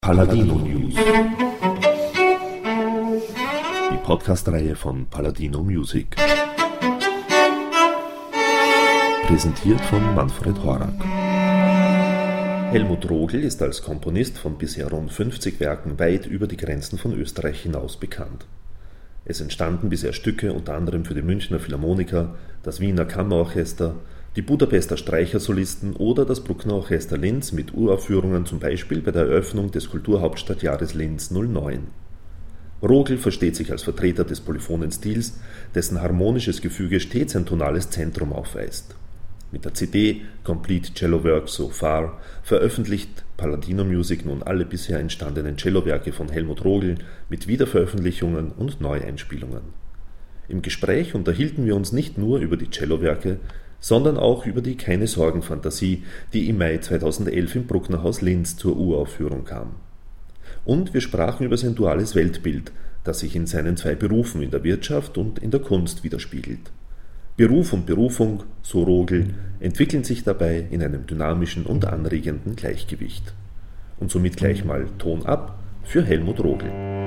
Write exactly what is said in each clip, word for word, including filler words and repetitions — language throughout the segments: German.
Paladino News. Die Podcast-Reihe von Paladino Music. Präsentiert von Manfred Horak. Helmut Rogl ist als Komponist von bisher rund fünfzig Werken weit über die Grenzen von Österreich hinaus bekannt. Es entstanden bisher Stücke unter anderem für die Münchner Philharmoniker, das Wiener Kammerorchester, die Budapester Streichersolisten oder das Bruckner Orchester Linz mit Uraufführungen zum Beispiel bei der Eröffnung des Kulturhauptstadtjahres Linz null neun. Rogl versteht sich als Vertreter des polyphonen Stils, dessen harmonisches Gefüge stets ein tonales Zentrum aufweist. Mit der C D Complete Cello Works So Far veröffentlicht Paladino Music nun alle bisher entstandenen Cellowerke von Helmut Rogl mit Wiederveröffentlichungen und Neueinspielungen. Im Gespräch unterhielten wir uns nicht nur über die Cellowerke, sondern auch über die Keine-Sorgen-Fantasie, die im Mai zweitausendelf im Bruckner Haus Linz zur Uraufführung kam. Und wir sprachen über sein duales Weltbild, das sich in seinen zwei Berufen in der Wirtschaft und in der Kunst widerspiegelt. Beruf und Berufung, so Rogl, entwickeln sich dabei in einem dynamischen und anregenden Gleichgewicht. Und somit gleich mal Ton ab für Helmut Rogl.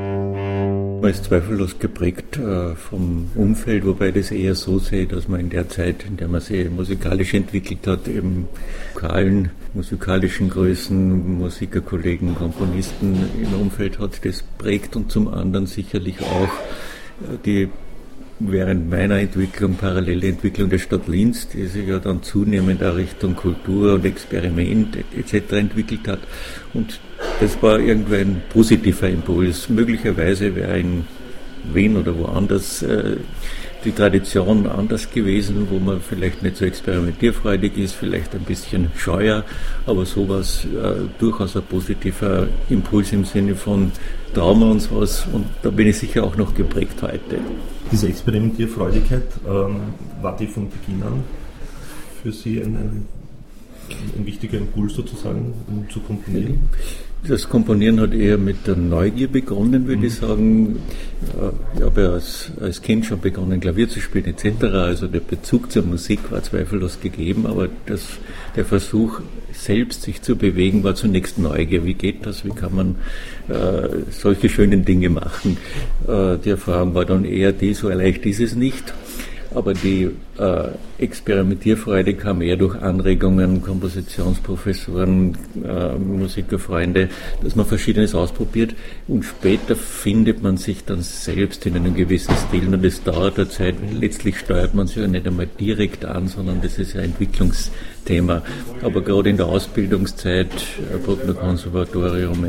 Man ist zweifellos geprägt äh, vom Umfeld, wobei ich das eher so sehe, dass man in der Zeit, in der man sich musikalisch entwickelt hat, eben lokalen musikalischen Größen, Musikerkollegen, Komponisten im Umfeld hat, das prägt, und zum anderen sicherlich auch äh, die während meiner Entwicklung, parallele Entwicklung der Stadt Linz, die sich ja dann zunehmend auch Richtung Kultur und Experiment et cetera entwickelt hat. Und das war irgendwie ein positiver Impuls. Möglicherweise wäre in Wien oder woanders äh, die Tradition anders gewesen, wo man vielleicht nicht so experimentierfreudig ist, vielleicht ein bisschen scheuer, aber sowas äh, durchaus ein positiver Impuls im Sinne von trauen wir uns was, und da bin ich sicher auch noch geprägt heute. Diese Experimentierfreudigkeit, ähm, war die von Beginn an für Sie ein, ein, ein wichtiger Impuls sozusagen, um zu komponieren? Das Komponieren hat eher mit der Neugier begonnen, würde mhm. ich sagen. Ich habe ja als, als Kind schon begonnen, Klavier zu spielen et cetera. Also der Bezug zur Musik war zweifellos gegeben, aber das, der Versuch, selbst sich zu bewegen, war zunächst Neugier. Wie geht das? Wie kann man äh, solche schönen Dinge machen? Äh, die Erfahrung war dann eher die, so leicht ist es nicht. Aber die äh, Experimentierfreude kam eher durch Anregungen, Kompositionsprofessoren, äh, Musikerfreunde, dass man Verschiedenes ausprobiert, und später findet man sich dann selbst in einem gewissen Stil, und es dauert eine Zeit. Letztlich steuert man sich ja nicht einmal direkt an, sondern das ist ein Entwicklungsthema. Aber gerade in der Ausbildungszeit, äh, Bruckner Konservatorium, äh,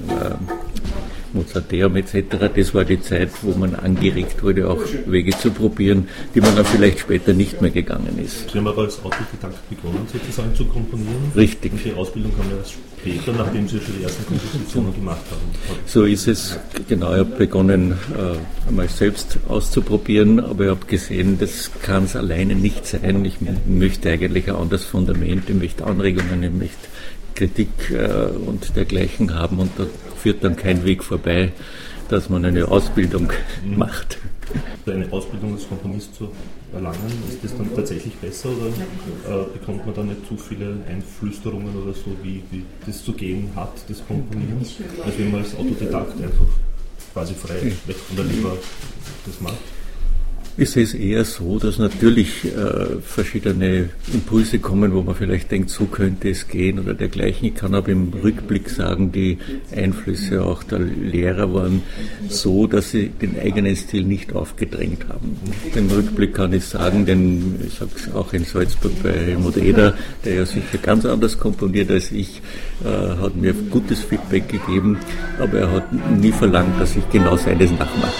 Mozarteum et cetera, das war die Zeit, wo man angeregt wurde, auch Wege zu probieren, die man dann vielleicht später nicht mehr gegangen ist. Sie haben aber als Autodidakt begonnen, sozusagen zu komponieren. Richtig. Und die Ausbildung kam ja später, nachdem Sie schon die ersten Kompositionen gemacht haben. So ist es, genau. Ich habe begonnen, äh, einmal selbst auszuprobieren, aber ich habe gesehen, das kann es alleine nicht sein. Ich möchte eigentlich ein anderes Fundament, ich möchte Anregungen, ich möchte Kritik äh, und dergleichen haben, und da führt dann kein Weg vorbei, dass man eine Ausbildung mhm. macht. Eine Ausbildung als Komponist zu erlangen, ist das dann tatsächlich besser, oder äh, bekommt man da nicht zu viele Einflüsterungen oder so, wie, wie das zu gehen hat, das Komponieren, als wenn man als Autodidakt einfach quasi frei weg von der Leber das macht? Ich sehe es eher so, dass natürlich äh, verschiedene Impulse kommen, wo man vielleicht denkt, so könnte es gehen oder dergleichen. Ich kann aber im Rückblick sagen, die Einflüsse auch der Lehrer waren so, dass sie den eigenen Stil nicht aufgedrängt haben. Im Rückblick kann ich sagen, denn ich sage es auch in Salzburg bei Helmut Eder, der ja sicher ganz anders komponiert als ich, äh, hat mir gutes Feedback gegeben, aber er hat nie verlangt, dass ich genau seines nachmache.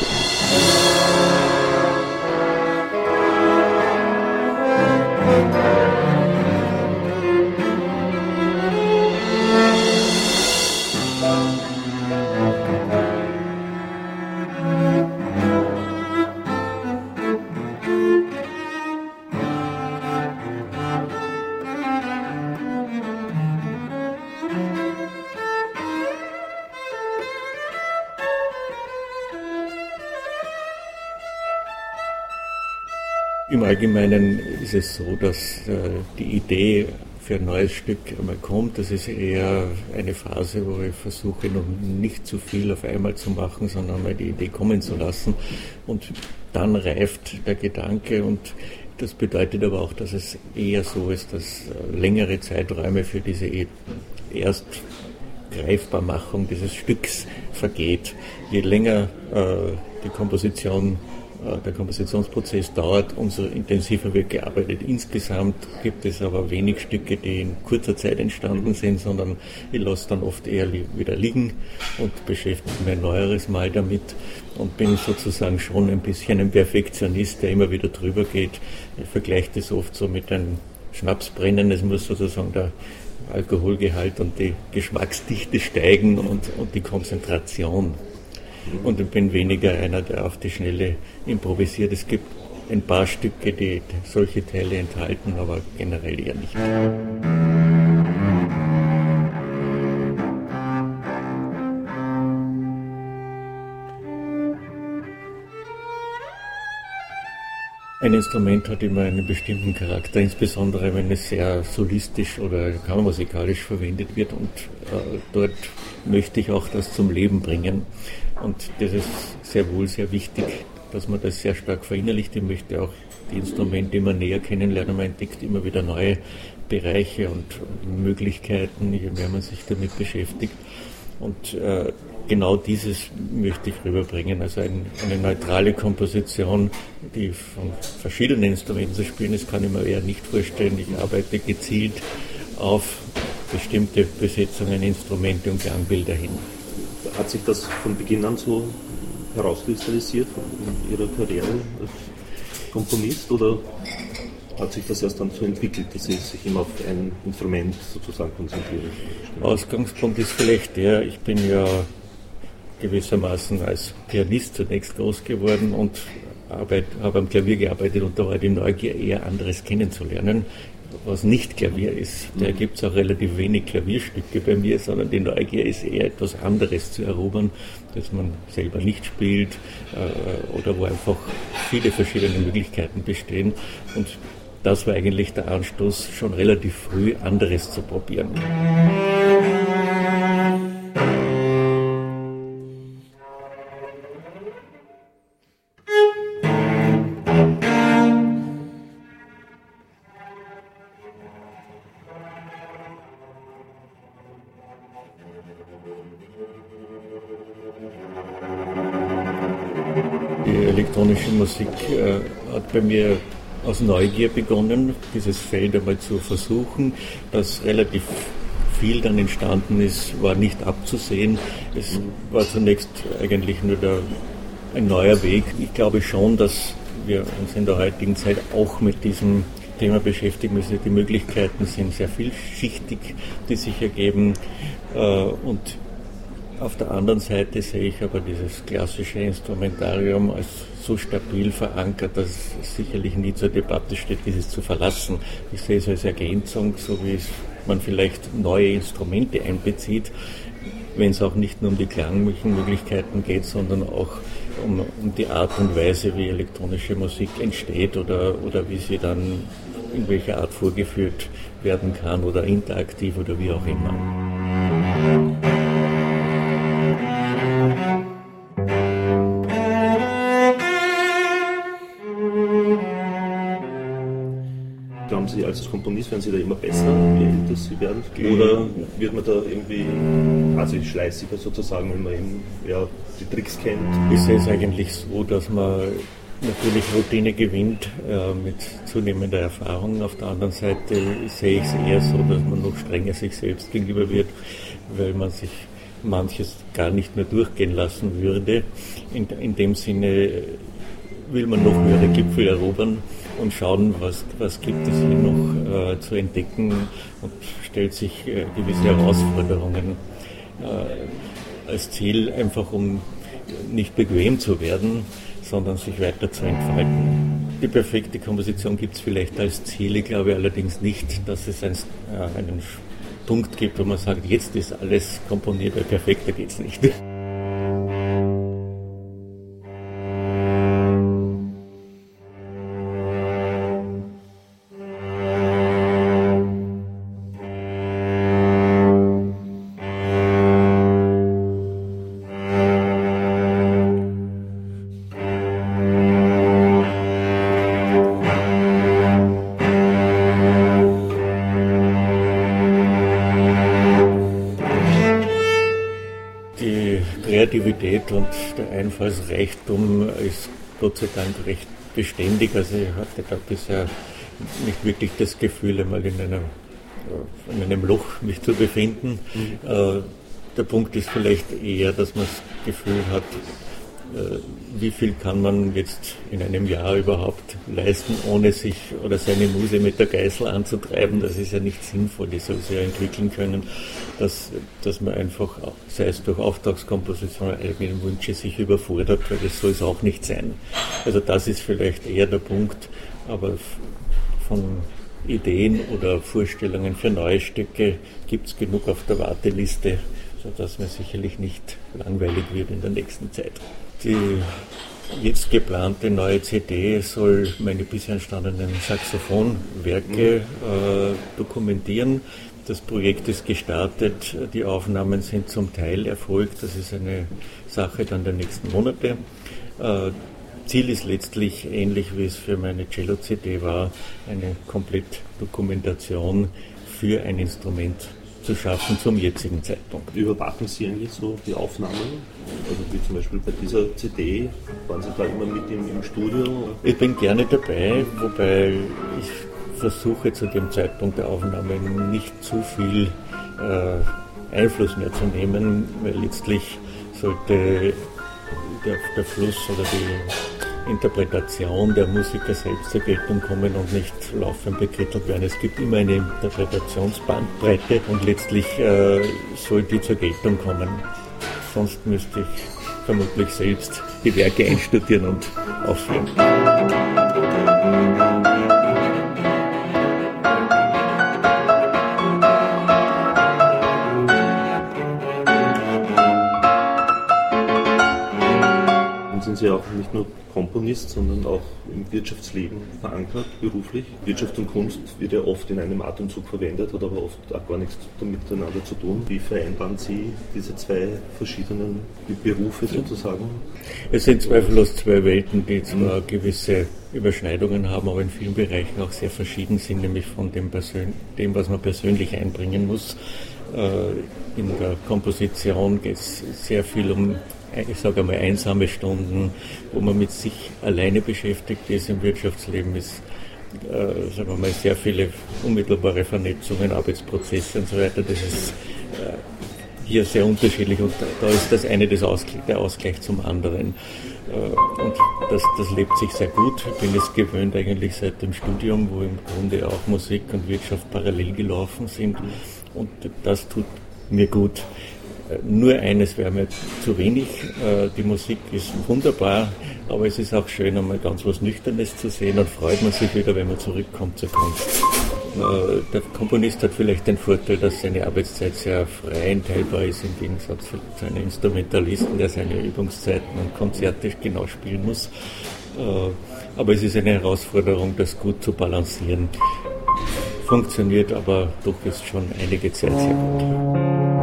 Im Allgemeinen ist es so, dass äh, die Idee für ein neues Stück einmal kommt. Das ist eher eine Phase, wo ich versuche, noch nicht zu viel auf einmal zu machen, sondern mal die Idee kommen zu lassen. Und dann reift der Gedanke, und das bedeutet aber auch, dass es eher so ist, dass längere Zeiträume für diese Erstgreifbarmachung dieses Stücks vergeht. Je länger äh, die Komposition Der Kompositionsprozess dauert, umso intensiver wird gearbeitet. Insgesamt gibt es aber wenig Stücke, die in kurzer Zeit entstanden sind, sondern ich lasse dann oft eher wieder liegen und beschäftige mich ein neueres Mal damit und bin sozusagen schon ein bisschen ein Perfektionist, der immer wieder drüber geht. Ich vergleiche das oft so mit einem Schnapsbrennen. Es muss sozusagen der Alkoholgehalt und die Geschmacksdichte steigen und, und die Konzentration. Und ich bin weniger einer, der auf die Schnelle improvisiert. Es gibt ein paar Stücke, die solche Teile enthalten, aber generell eher nicht. Ein Instrument hat immer einen bestimmten Charakter, insbesondere wenn es sehr solistisch oder kammermusikalisch verwendet wird, und äh, dort möchte ich auch das zum Leben bringen. Und das ist sehr wohl sehr wichtig, dass man das sehr stark verinnerlicht. Ich möchte auch die Instrumente immer näher kennenlernen. Man entdeckt immer wieder neue Bereiche und Möglichkeiten, je mehr man sich damit beschäftigt. Und äh, genau dieses möchte ich rüberbringen. Also ein, eine neutrale Komposition, die von verschiedenen Instrumenten zu spielen ist, kann ich mir eher nicht vorstellen. Ich arbeite gezielt auf bestimmte Besetzungen, Instrumente und Klangbilder hin. Hat sich das von Beginn an so herauskristallisiert in Ihrer Karriere als Komponist, oder hat sich das erst dann so entwickelt, dass Sie sich immer auf ein Instrument sozusagen konzentrieren? Ausgangspunkt ist vielleicht der, ich bin ja gewissermaßen als Pianist zunächst groß geworden und Arbeit, habe am Klavier gearbeitet, und da war die Neugier eher anderes kennenzulernen, was nicht Klavier ist. Da gibt es auch relativ wenig Klavierstücke bei mir, sondern die Neugier ist eher etwas anderes zu erobern, das man selber nicht spielt äh, oder wo einfach viele verschiedene Möglichkeiten bestehen. Und das war eigentlich der Anstoß, schon relativ früh anderes zu probieren. Die elektronische Musik äh, hat bei mir aus Neugier begonnen, dieses Feld einmal zu versuchen. Dass relativ viel dann entstanden ist, war nicht abzusehen. Es war zunächst eigentlich nur der, ein neuer Weg. Ich glaube schon, dass wir uns in der heutigen Zeit auch mit diesem Thema beschäftigen müssen. Die Möglichkeiten sind sehr vielschichtig, die sich ergeben, und auf der anderen Seite sehe ich aber dieses klassische Instrumentarium als so stabil verankert, dass es sicherlich nie zur Debatte steht, dieses zu verlassen. Ich sehe es als Ergänzung, so wie es man vielleicht neue Instrumente einbezieht, wenn es auch nicht nur um die klanglichen Möglichkeiten geht, sondern auch um, um die Art und Weise, wie elektronische Musik entsteht oder, oder wie sie dann in welcher Art vorgeführt werden kann oder interaktiv oder wie auch immer. Glauben Sie, als Komponist werden Sie da immer besser, je älter Sie werden? Oder wird man da irgendwie, also schleißiger sozusagen, wenn man eben ja, die Tricks kennt? Ich sehe es eigentlich so, dass man natürlich Routine gewinnt äh, mit zunehmender Erfahrung. Auf der anderen Seite sehe ich es eher so, dass man noch strenger sich selbst gegenüber wird, weil man sich manches gar nicht mehr durchgehen lassen würde. In, in dem Sinne will man noch höhere Gipfel erobern und schauen, was, was gibt es hier noch äh, zu entdecken, und stellt sich äh, gewisse Herausforderungen äh, als Ziel, einfach um nicht bequem zu werden, sondern sich weiter zu entfalten. Die perfekte Komposition gibt es vielleicht als Ziel, ich glaube allerdings nicht, dass es ein, äh, einen Punkt gibt, wo man sagt, jetzt ist alles komponiert, weil perfekter geht es nicht. Die Kreativität und der Einfallsreichtum ist Gott sei Dank recht beständig. Also ich hatte da bisher nicht wirklich das Gefühl, einmal in, einer, in einem Loch mich zu befinden. Mhm. Äh, der Punkt ist vielleicht eher, dass man das Gefühl hat, äh, wie viel kann man jetzt in einem Jahr überhaupt leisten, ohne sich oder seine Muse mit der Geißel anzutreiben. Das ist ja nicht sinnvoll, die soll sich ja entwickeln können, dass, dass man einfach, sei es durch Auftragskomposition oder eigenen Wünsche, sich überfordert, weil das soll es auch nicht sein. Also das ist vielleicht eher der Punkt, aber von Ideen oder Vorstellungen für neue Stücke gibt es genug auf der Warteliste, sodass mir sicherlich nicht langweilig wird in der nächsten Zeit. Die jetzt geplante neue C D soll meine bisher entstandenen Saxophonwerke äh, dokumentieren. Das Projekt ist gestartet, die Aufnahmen sind zum Teil erfolgt, das ist eine Sache dann der nächsten Monate. Äh, Ziel ist letztlich, ähnlich wie es für meine Cello-C D war, eine Komplettdokumentation für ein Instrument zu schaffen zum jetzigen Zeitpunkt. Überwachen Sie eigentlich so die Aufnahmen? Also wie zum Beispiel bei dieser C D, waren Sie da immer mit im, im Studio? Ich bin gerne dabei, wobei ich versuche zu dem Zeitpunkt der Aufnahme nicht zu viel äh, Einfluss mehr zu nehmen, weil letztlich sollte der, der Fluss oder die Interpretation der Musiker selbst zur Geltung kommen und nicht laufend bekrittelt werden. Es gibt immer eine Interpretationsbandbreite und letztlich äh, soll die zur Geltung kommen. Sonst müsste ich vermutlich selbst die Werke einstudieren und aufführen. Sind Sie auch nicht nur Komponist, sondern auch im Wirtschaftsleben verankert, beruflich? Wirtschaft und Kunst wird ja oft in einem Atemzug verwendet, hat aber oft auch gar nichts miteinander zu tun. Wie vereinbaren Sie diese zwei verschiedenen Berufe sozusagen? Es sind zweifellos zwei Welten, die zwar gewisse Überschneidungen haben, aber in vielen Bereichen auch sehr verschieden sind, nämlich von dem, Persön- dem was man persönlich einbringen muss. In der Komposition geht es sehr viel um, ich sage einmal, einsame Stunden, wo man mit sich alleine beschäftigt ist. Im Wirtschaftsleben ist, äh, sagen wir mal, sehr viele unmittelbare Vernetzungen, Arbeitsprozesse und so weiter. Das ist äh, hier sehr unterschiedlich und da, da ist das eine das Ausgleich, der Ausgleich zum anderen. Äh, und das, das lebt sich sehr gut. Ich bin es gewöhnt eigentlich seit dem Studium, wo im Grunde auch Musik und Wirtschaft parallel gelaufen sind. Und das tut mir gut. Nur eines wäre mir zu wenig. Die Musik ist wunderbar, aber es ist auch schön, einmal ganz was Nüchternes zu sehen und freut man sich wieder, wenn man zurückkommt zur Kunst. Der Komponist hat vielleicht den Vorteil, dass seine Arbeitszeit sehr frei einteilbar ist, im Gegensatz zu einem Instrumentalisten, der seine Übungszeiten und Konzerte genau spielen muss. Aber es ist eine Herausforderung, das gut zu balancieren. Funktioniert aber doch ist schon einige Zeit sehr gut.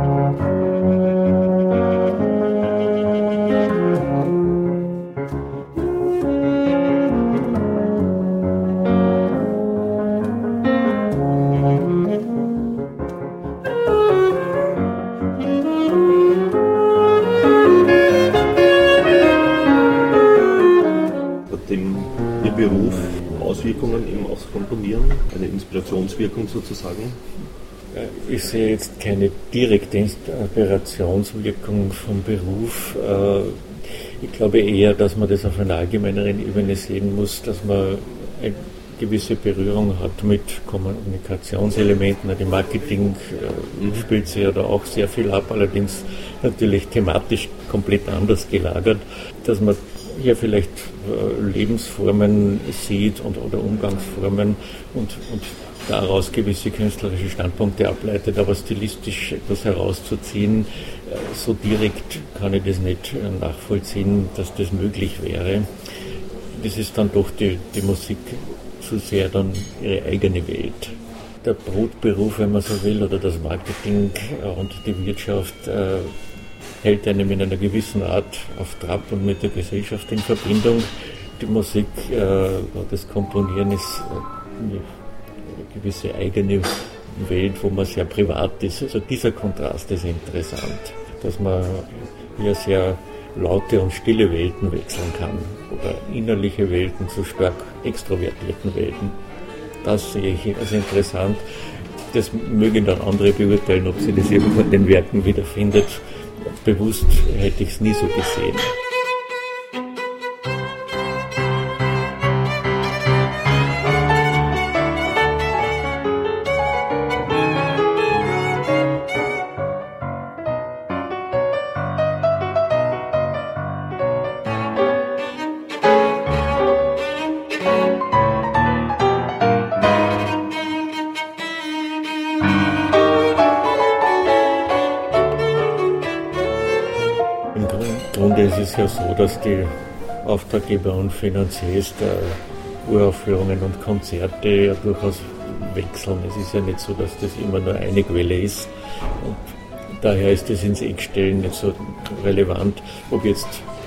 Ihr Beruf Auswirkungen eben aufs Komponieren, eine Inspirationswirkung sozusagen? Ich sehe jetzt keine direkte Inspirationswirkung vom Beruf. Ich glaube eher, dass man das auf einer allgemeineren Ebene sehen muss, dass man eine gewisse Berührung hat mit Kommunikationselementen. Die Marketing spielt sich ja da auch sehr viel ab, allerdings natürlich thematisch komplett anders gelagert, dass man hier vielleicht äh, Lebensformen sieht und, oder Umgangsformen und, und daraus gewisse künstlerische Standpunkte ableitet, aber stilistisch etwas herauszuziehen, äh, so direkt kann ich das nicht äh, nachvollziehen, dass das möglich wäre. Das ist dann doch die, die Musik zu sehr dann ihre eigene Welt. Der Brotberuf, wenn man so will, oder das Marketing äh, und die Wirtschaft äh, hält einem in einer gewissen Art auf Trab und mit der Gesellschaft in Verbindung. Die Musik, äh, das Komponieren ist äh, eine gewisse eigene Welt, wo man sehr privat ist. Also dieser Kontrast ist interessant. dass man hier sehr laute und stille Welten wechseln kann oder innerliche Welten zu stark extrovertierten Welten. Das sehe ich als interessant. Das mögen dann andere beurteilen, ob sie das irgendwo in den Werken wiederfindet. Bewusst hätte ich es nie so gesehen. Es ist ja so, dass die Auftraggeber und Finanziers der Uraufführungen und Konzerte ja durchaus wechseln. Es ist ja nicht so, dass das immer nur eine Quelle ist. Und daher ist das ins Eckstellen nicht so relevant, ob jetzt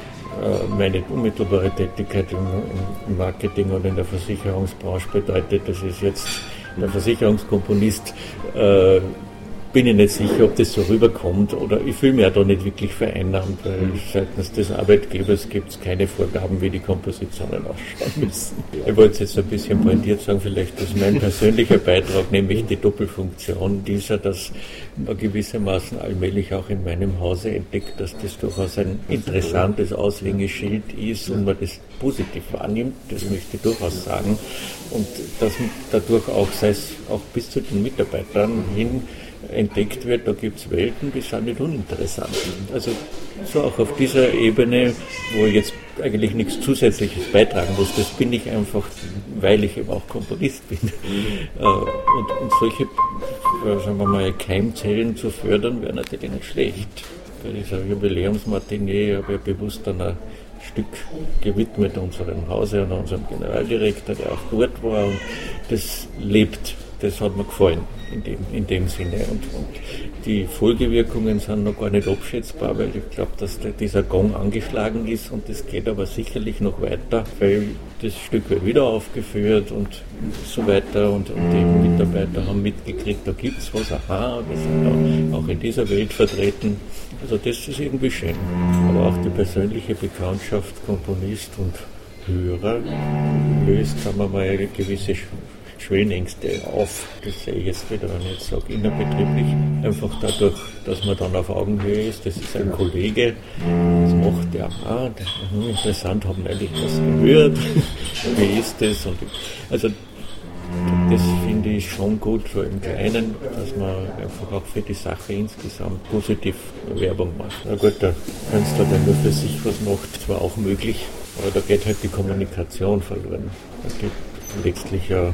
äh, meine unmittelbare Tätigkeit im, im Marketing oder in der Versicherungsbranche bedeutet, dass es jetzt der Versicherungskomponist äh, bin ich nicht sicher, ob das so rüberkommt oder ich fühle mich ja da nicht wirklich vereinnahmt, weil seitens des Arbeitgebers gibt es keine Vorgaben, wie die Kompositionen ausschauen müssen. Ich wollte es jetzt ein bisschen pointiert sagen, vielleicht ist mein persönlicher Beitrag, nämlich die Doppelfunktion dieser, dass man gewissermaßen allmählich auch in meinem Hause entdeckt, dass das durchaus ein interessantes Aushängeschild ist und man das positiv wahrnimmt, das möchte ich durchaus sagen, und dass dadurch auch, sei es auch bis zu den Mitarbeitern hin, entdeckt wird, da gibt es Welten, die sind nicht uninteressant. Also so auch auf dieser Ebene, wo ich jetzt eigentlich nichts Zusätzliches beitragen muss, das bin ich einfach, weil ich eben auch Komponist bin. Mhm. Und, und solche, sagen wir mal, Keimzellen zu fördern, wäre natürlich nicht schlecht. Bei dieser Jubiläumsmatinee habe ich bewusst dann ein Stück gewidmet unserem Hause und unserem Generaldirektor, der auch dort war, und das lebt. Das hat mir gefallen in dem, in dem Sinne. Und, und die Folgewirkungen sind noch gar nicht abschätzbar, weil ich glaube, dass der, dieser Gong angeschlagen ist und das geht aber sicherlich noch weiter, weil das Stück wird wieder aufgeführt und so weiter und, und die Mitarbeiter haben mitgekriegt, da gibt es was, aha, wir sind auch, auch in dieser Welt vertreten. Also das ist irgendwie schön. Aber auch die persönliche Bekanntschaft, Komponist und Hörer löst, sagen wir mal, eine gewisse Schwellenängste auf. Das sehe ich jetzt wieder, wenn ich jetzt sage, innerbetrieblich. Einfach dadurch, dass man dann auf Augenhöhe ist. Das ist ein Kollege, das macht der, ah, der, hm, interessant, haben eigentlich was gehört. Wie ist das? Und also das finde ich schon gut, so im Kleinen, dass man einfach auch für die Sache insgesamt positiv Werbung macht. Na gut, der Künstler, der nur für sich was macht, zwar auch möglich, aber da geht halt die Kommunikation verloren. Da geht letztlich ja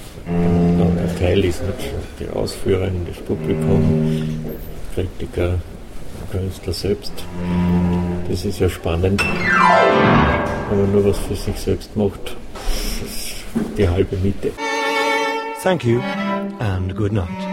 ein Teil ist nicht die Ausführungen, das Publikum, Kritiker, Künstler selbst. Das ist ja spannend. Wenn man nur was für sich selbst macht, das ist die halbe Miete. Thank you and good night.